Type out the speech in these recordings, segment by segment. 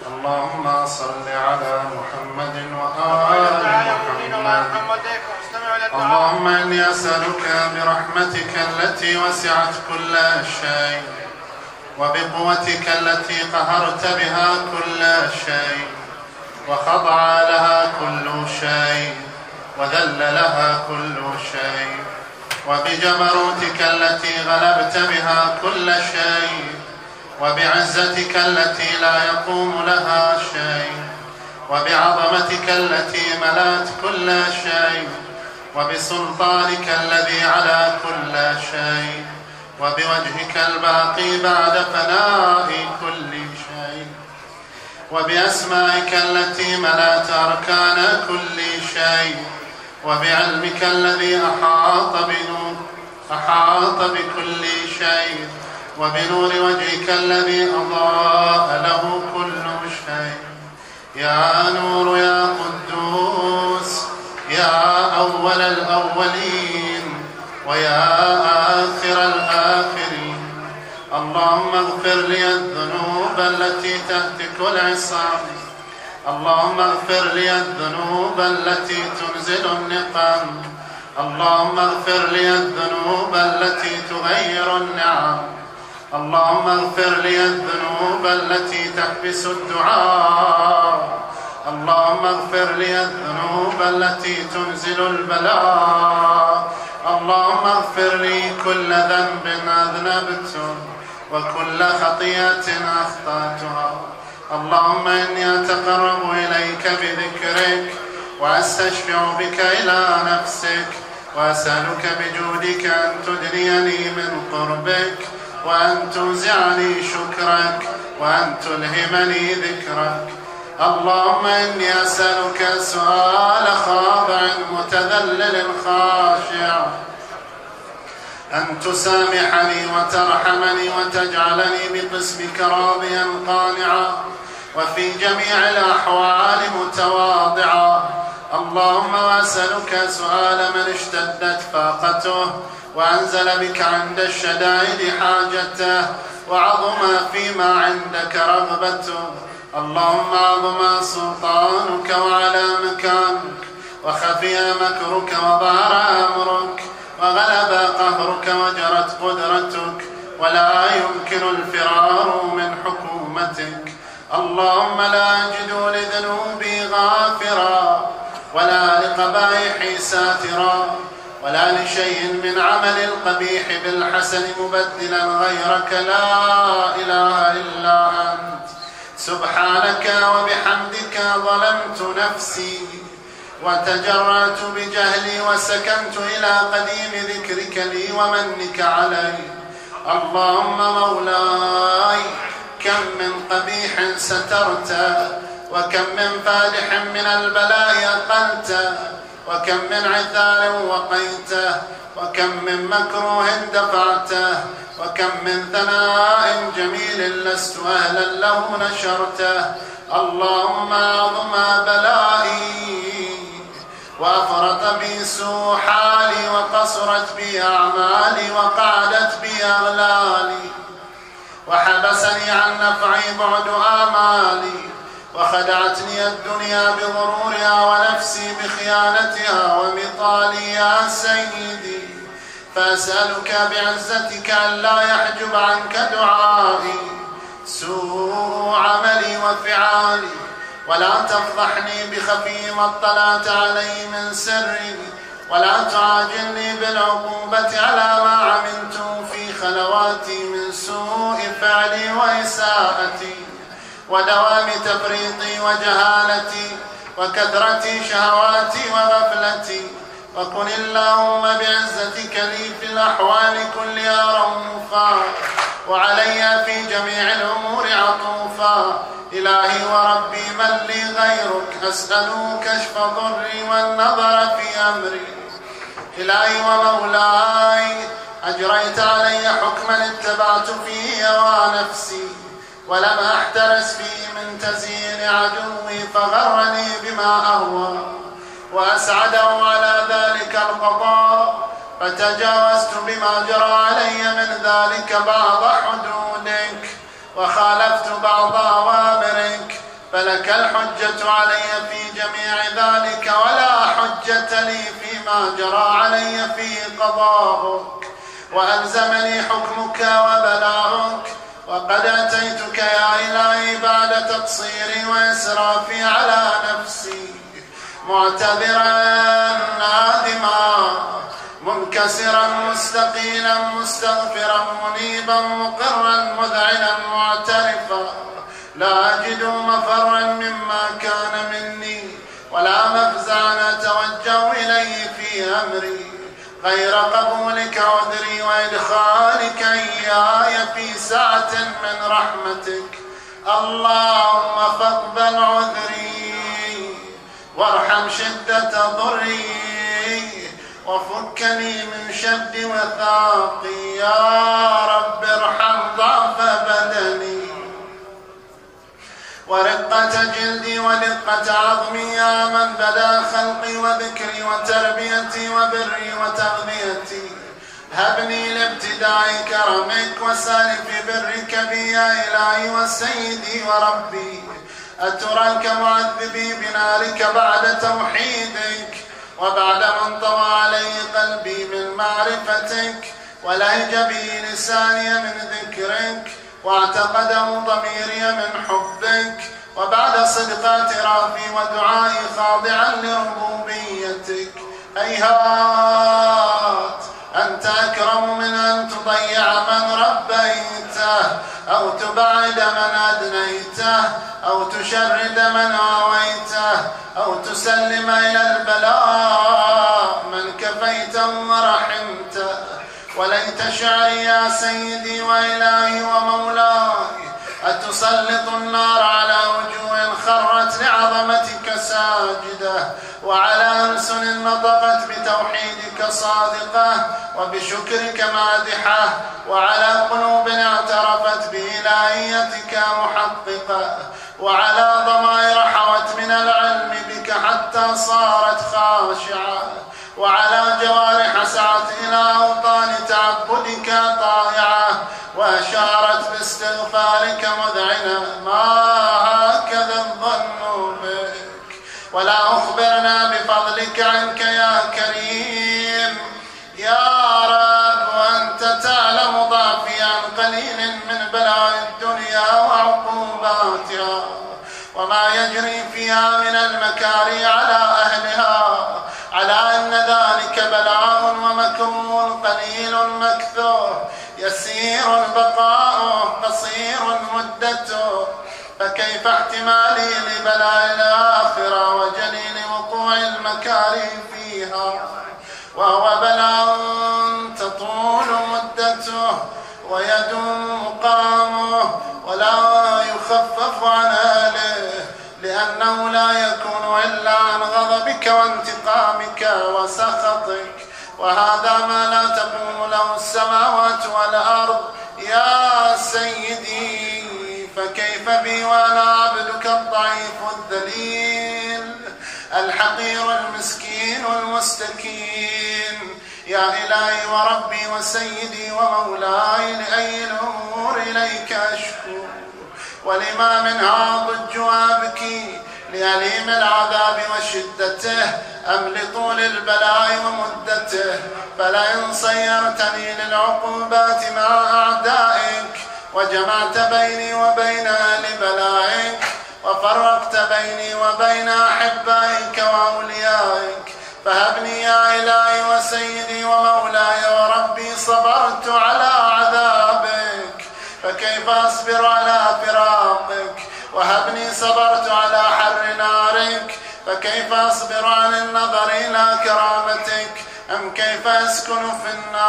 اللهم صل على محمد وآل محمد. اللهم إني أسألك برحمتك التي وسعت كل شيء وبقوتك التي قهرت بها كل شيء وخضع لها كل شيء وذل لها كل شيء وبجبروتك التي غلبت بها كل شيء وبعزتك التي لا يقوم لها شيء وبعظمتك التي ملأت كل شيء وبسلطانك الذي على كل شيء وبوجهك الباقي بعد فناء كل شيء وبأسمائك التي ملأت أركان كل شيء وبعلمك الذي أحاط بكل شيء وبنور وجهك الذي أضاء له كل شيء. يا نور يا قدوس يا أول الأولين ويا آخر الآخرين. اللهم اغفر لي الذنوب التي تهتك العصام. اللهم اغفر لي الذنوب التي تنزل النقم. اللهم اغفر لي الذنوب التي تغير النعم. اللهم اغفر لي الذنوب التي تحبس الدعاء. اللهم اغفر لي الذنوب التي تنزل البلاء. اللهم اغفر لي كل ذنب أذنبته وكل خطيئة أخطأتها. اللهم إني أتقرب إليك بذكرك وأستشفع بك إلى نفسك وأسألك بجودك أن تدنيني من قربك وأن توزعني شكرك وأن تلهمني ذكرك. اللهم إني أسألك سؤال خاضع متذلل خاشع أن تسامحني وترحمني وتجعلني بقسمك راضيا قانعا وفي جميع الأحوال متواضعا. اللهم وأسألك سؤال من اشتدت فاقته وأنزل بك عند الشدائد حاجته وعظم فيما عندك رغبته. اللهم عظم سلطانك وعلى مكانك وخفي مكرك وظهر أمرك وغلب قهرك وجرت قدرتك ولا يمكن الفرار من حكومتك. اللهم لا أجد لذنوبي غافرا ولا لقبائحي ساترا ولا لشيء من عمل القبيح بالحسن مبدلا غيرك لا إله إلا أنت. سبحانك وبحمدك ظلمت نفسي وتجرأت بجهلي وسكنت إلى قديم ذكرك لي ومنك علي. اللهم مولاي كم من قبيح سترته وكم من فادح من البلاء أقلته وكم من عثار وقيته وكم من مكروه دفعته وكم من ثناء جميل لست أهلا له نشرته. اللهم أعظم بلائي وأفرط بي سوء حالي وقصرت بي أعمالي وقعدت بي أغلالي وحبسني عن نفعي بعد آمالي وخدعتني الدنيا بغرورها ونفسي بخيانتها ومطالي يا سيدي. فأسألك بعزتك أن لا يحجب عنك دعائي سوء عملي وفعالي ولا تفضحني بخفي ما اطلعت عليه من سري ولا تعاجلني بالعقوبة على ما عملت في خلواتي من سوء فعلي وإساءتي ودوام تفريطي وجهالتي وكثرة شهواتي وغفلتي. وكن اللهم بعزتك لي في الأحوال كلها رؤوفا وعلي في جميع الأمور عطوفا. إلهي وربي من لي غيرك أسأل كشف ضري والنظر في أمري. إلهي ومولاي أجريت علي حكما اتبعت فيه هوى نفسي ولم أحترس فيه من تزيين عدوي فغرني بما أهوى وأسعده على ذلك القضاء فتجاوزت بما جرى علي من ذلك بعض حدودك وخالفت بعض أوامرك فلك الحجة علي في جميع ذلك، ولا حجة لي فيما جرى علي فيه قضاؤك وألزمني حكمك وبلاؤك. وقد أتيتك يا إلهي بعد تقصيري وإسرافي على نفسي، معتذرا نادما منكسرا مستقيلا مستغفرا منيبا مقرا مذعنا معترفا، لا أجد مفرا مما كان مني ولا مفزعا أتوجه إليه في أمري غير قبولك عذري وإدخالك إياي في سعة من رحمتك. اللهم فاقبل عذري وارحم شدة ضري وفكني من شد وثاقي. يا رب ارحم ضعف بدني ورقة جلدي ودقة عظمي، يا من بدا خلقي وذكري وتربيتي وبري وتغذيتي. هبني لابتداء كرمك وسالف برك بي يا إلهي وسيدي وربي. أتراك معذبي بنارك بعد توحيدك وبعد من طوى علي قلبي من معرفتك ولهج به لساني من ذكرك واعتقده ضميري من حبك، وبعد صدق اعترافي ودعائي خاضعا لربوبيتك. هيهات أنت أكرم من أن تضيع من ربيته أو تبعد من أدنيته أو تشرد من آويته أو تسلم إلى البلاء من كفيته ورحمته. وليت شعري يا سيدي وإلهي ومولاي أتسلط النار على وجوه خرت لعظمتك ساجدة، وعلى ألسن نطقت بتوحيدك صادقة وبشكرك مادحة، وعلى قلوب اعترفت بإلهيتك محققة، وعلى ضمائر حوت من العلم بك حتى صارت خاشعة، وعلى جوارح سعت إلى أوطان تعبدك طائعة وأشارت باستغفارك مذعنة. ما هكذا الظن بك، ولا أخبرنا بفضلك عنك يا كريم يا رب، وأنت تعلم ضعفي عن قليل من بلاء الدنيا وعقوباتها وما يجري فيها من المكاري على أهلها، على أن ذلك بلاء ومكروه قليل مكثور يسير بقاؤه قصير مدته. فكيف احتمالي لبلاء الآخرة وجليل وقوع المكاره فيها وهو بلاء تطول مدته ويدوم مقامه ولا يخفف عن أهله، لأنه لا يكون إلا عن غضبك وانتقامك وسخطك، وهذا ما لا تقوم له السماوات والأرض يا سيدي. فكيف بي وأنا عبدك الضعيف الذليل الحقير المسكين المستكين. يا إلهي وربي وسيدي ومولاي، لأي الأمور إليك أشكو ولما منها ضج وأبكي، لأليم العذاب وشدته أم لطول البلاء ومدته. فلئن صيرتني للعقوبات مع أعدائك وجمعت بيني وبين أهل بلائك وفرقت بيني وبين أحبائك وأوليائك، فهبني يا إلهي وسيدي ومولاي وربي. صبرت على عذابك فكيف أصبر على فراقك، وهبني صبرت على حر نارك فكيف أصبر عن النظر إلى كرامتك، أم كيف أسكن في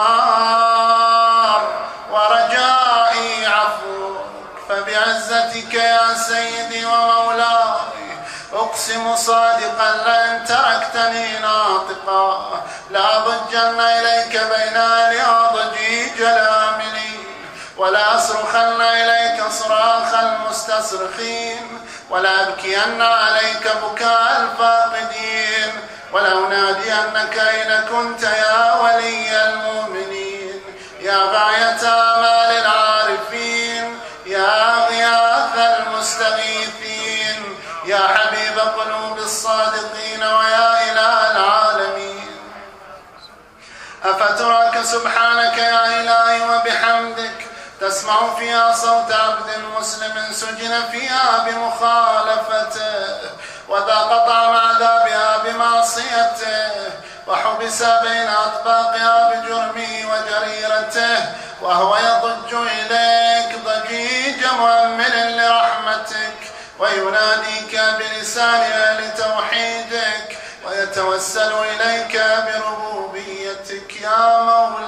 النار ورجائي عفوك. فبعزتك يا سيدي ومولاي أقسم صادقا لئن تركتني ناطقا لأضجن إليك بين أهلها ضجيج الآملين، ولا أصرخن إليك صراخ المستصرخين، ولا أبكين عليك بكاء الفاقدين، ولو نادينك أين كنت يا ولي المؤمنين، يا غاية آمال العارفين، يا غياث المستغيثين، يا حبيب قلوب الصادقين ويا إله العالمين. أفتراك سبحانك يا إلهي وبحمدك تسمع فيها صوت عبد مسلم سجن فيها بمخالفته وذاق طعم عذابها بمعصيته وحبس بين أطباقها بجرمه وجريرته وهو يضج إليك ضجيج مؤمل لرحمتك ويناديك بلسان أهل توحيدك ويتوسل إليك بربوبيتك يا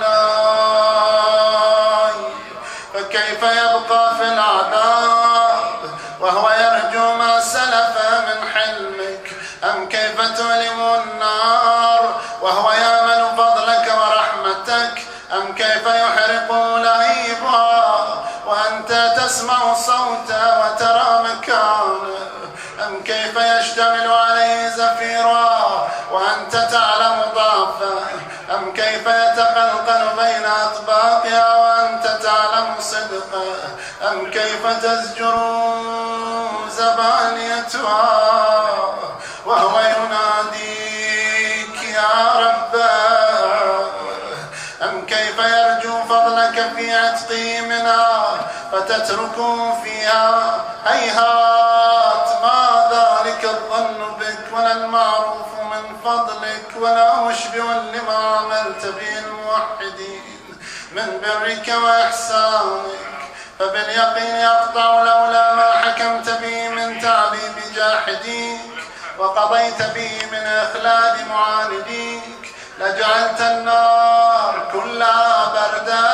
مولاي. فكيف يبقى في العذاب وهو يرجو ما سلف من حلمك؟ أم كيف تؤلم النار وهو يأمل فضلك ورحمتك؟ أم كيف يحرق لهيبها وأنت تسمع صوته وترى مكانه؟ أم كيف يشتمل عليه زفيرا وأنت تعلم ضعفه؟ أم كيف يتقلقل بين أطباقها وأنت تعلم صدقه؟ أم كيف تزجر زبانيتها وهو يناديك يا ربه؟ أم كيف يرجو فضلك في عتقه منها فتتركه فيها؟ هيهات ما ذلك الظن بك ولا المعروف من فضلك ولا مشبع لما عملت به الموحدين من برك وإحسانك. فباليقين يقطع لولا ما حكمت به من تعذيب جاحديك وقضيت به من إخلاد معانديك لجعلت النار كلها بردا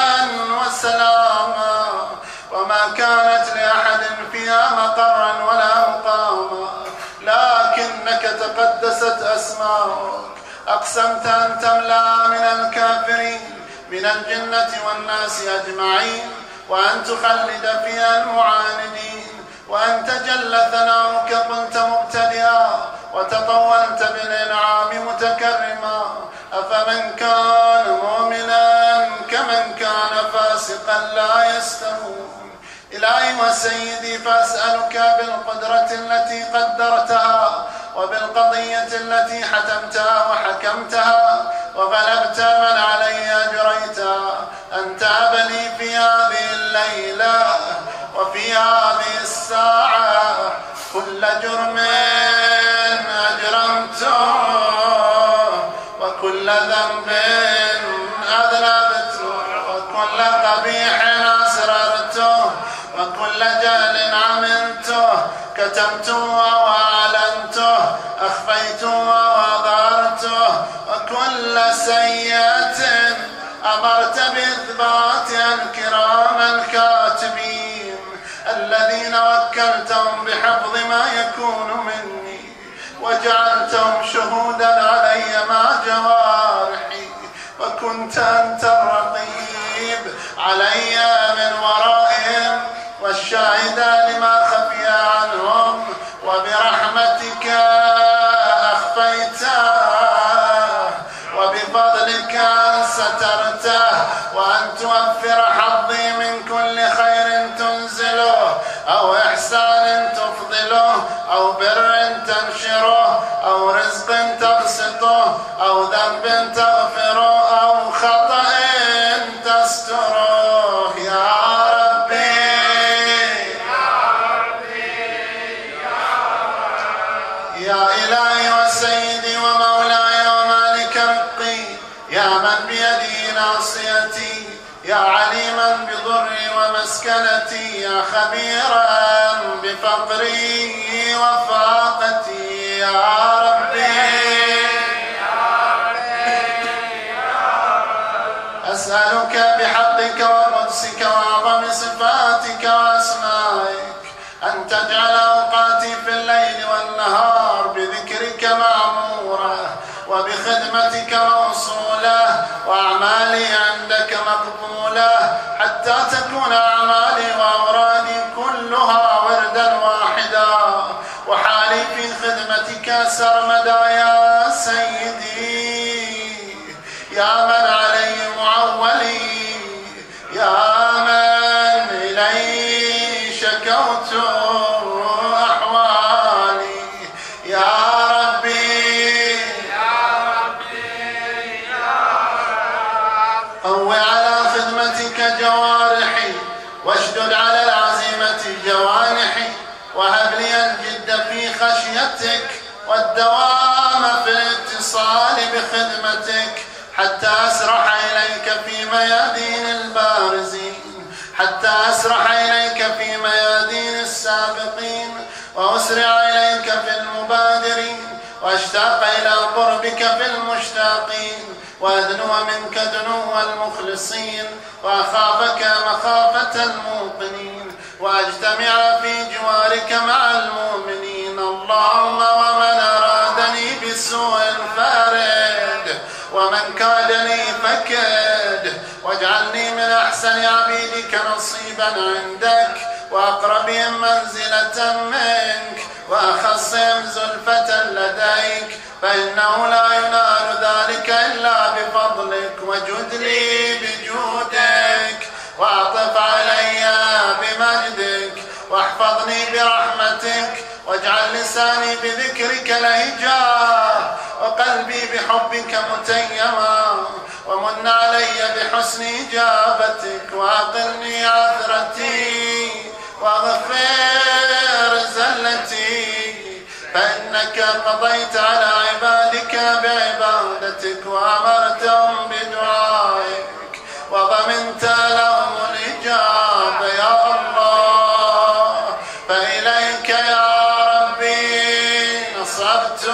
وسلاما وما كانت لأحد فيها مقرا ولا مقاما، لكنك تقدست أسماؤك أقسمت أن تملأ من الكافرين من الجنة والناس أجمعين وأن تخلد فيها المعاندين وأن تجل ثناؤك قلت مبتدئا وتطولت بالإنعام متكرما. أفمن كان مؤمنا كمن كان فاسقا لا يستوون. إلهي وسيدي فأسألك بالقدرة التي قدرتها وبالقضية التي حتمتها وحكمتها وغلبت من علي أجريتها أن تهب لي في هذه الليلة وفي هذه الساعة كل جرم أجرمته وكل ذنب أذنبته وكل قبيح أسررته وكل جهل عملته كتمته وأعلنته أخفيته وأظهرته وكل سيئة أمرت بإثباتها الكرام الكاتبين الذين وكلتهم بحفظ ما يكون مني وجعلتهم شهودا علي مع جوارحي وكنت أنت الرقيب علي من ورائهم والشاهد لما خفي عنهم وبرحمتك أخفيته وبفضلك سترته وأن توفر حظي من كل خير تنزله أو إحسان تفضله أو بر تنشره أو رزق تبسطه أو ذنب تغفره أو خطأ تستره يا ربي يا إلهي وسيدي ومولاي ومالك رقي يا من بيده ناصيتي يا عليما بضري ومسكنتي يا خبيرا بفقري وفاقتي يا ربي أسألك بحقك وقدسك وأعظم صفاتك وأسمائك أن تجعل أوقاتي في الليل والنهار بذكرك معمورة وبخدمتك موصولة وأعمالي عندك مقبولة حتى تكون أعمالي وأورادي كلها وردا واحدا وحالي في خدمتك سرمدا يا سيدي يا من علي معولي يا من إليه شكوت أحوالي وهب لي الجد في خشيتك والدوام في الاتصال بخدمتك حتى أسرح إليك في ميادين البارزين، حتى أسرح إليك في ميادين السابقين، وأسرع إليك في المبادرين، وأشتاق إلى قربك في المشتاقين، وأدنو منك دنو المخلصين، وأخافك مخافة الموقنين، وأجتمع في جوارك مع المؤمنين. اللهم ومن أرادني بسوء فارد، ومن كادني فكد، واجعلني من أحسن عبيدك نصيبا عندك، وأقربهم منزلة منك، وأخصهم زلفة لديك، فإنه لا ينال ذلك إلا بفضلك. وجد لي بجودك، وأعطف علي بمجدك، واحفظني برحمتك، واجعل لساني بذكرك لهجا، وقلبي بحبك متيما، ومن علي بحسن إجابتك، وأقلني عثرتي، واغفر زلتي، فإنك قضيت على عبادك بعبادتك، وأمرتهم بدعائك، وضمنت لهم الإجابة يا الله. فإليك يا ربي نصبت،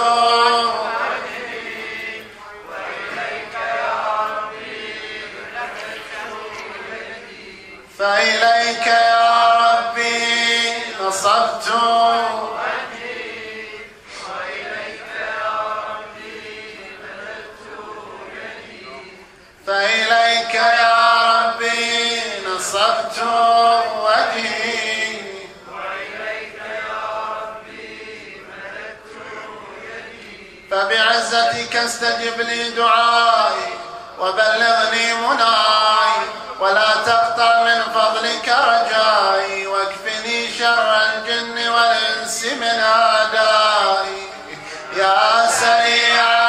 فإليك يا ربي نصبت، فإليك يا ربي نصبت وجهي، وإليك يا ربي مددت يدي، فبعزتك استجب لي دعائي، وبلغني مناي، ولا تقطع من فضلك رجائي، واكفني شر الجن والإنس من أعدائي، يا سريع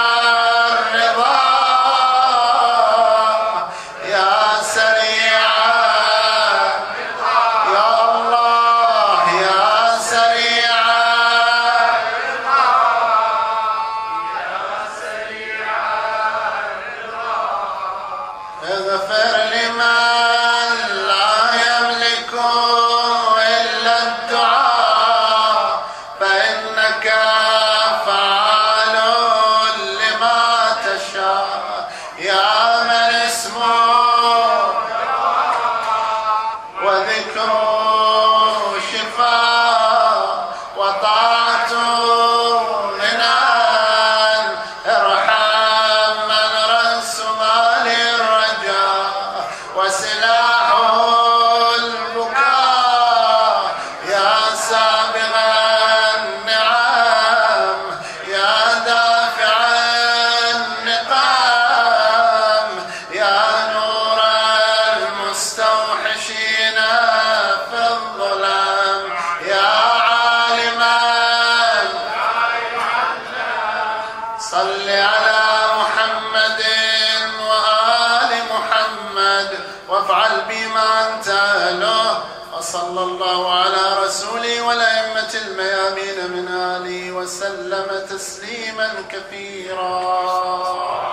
صلى الله على رسوله والأئمة الميامين من آله وسلم تسليما كثيرا.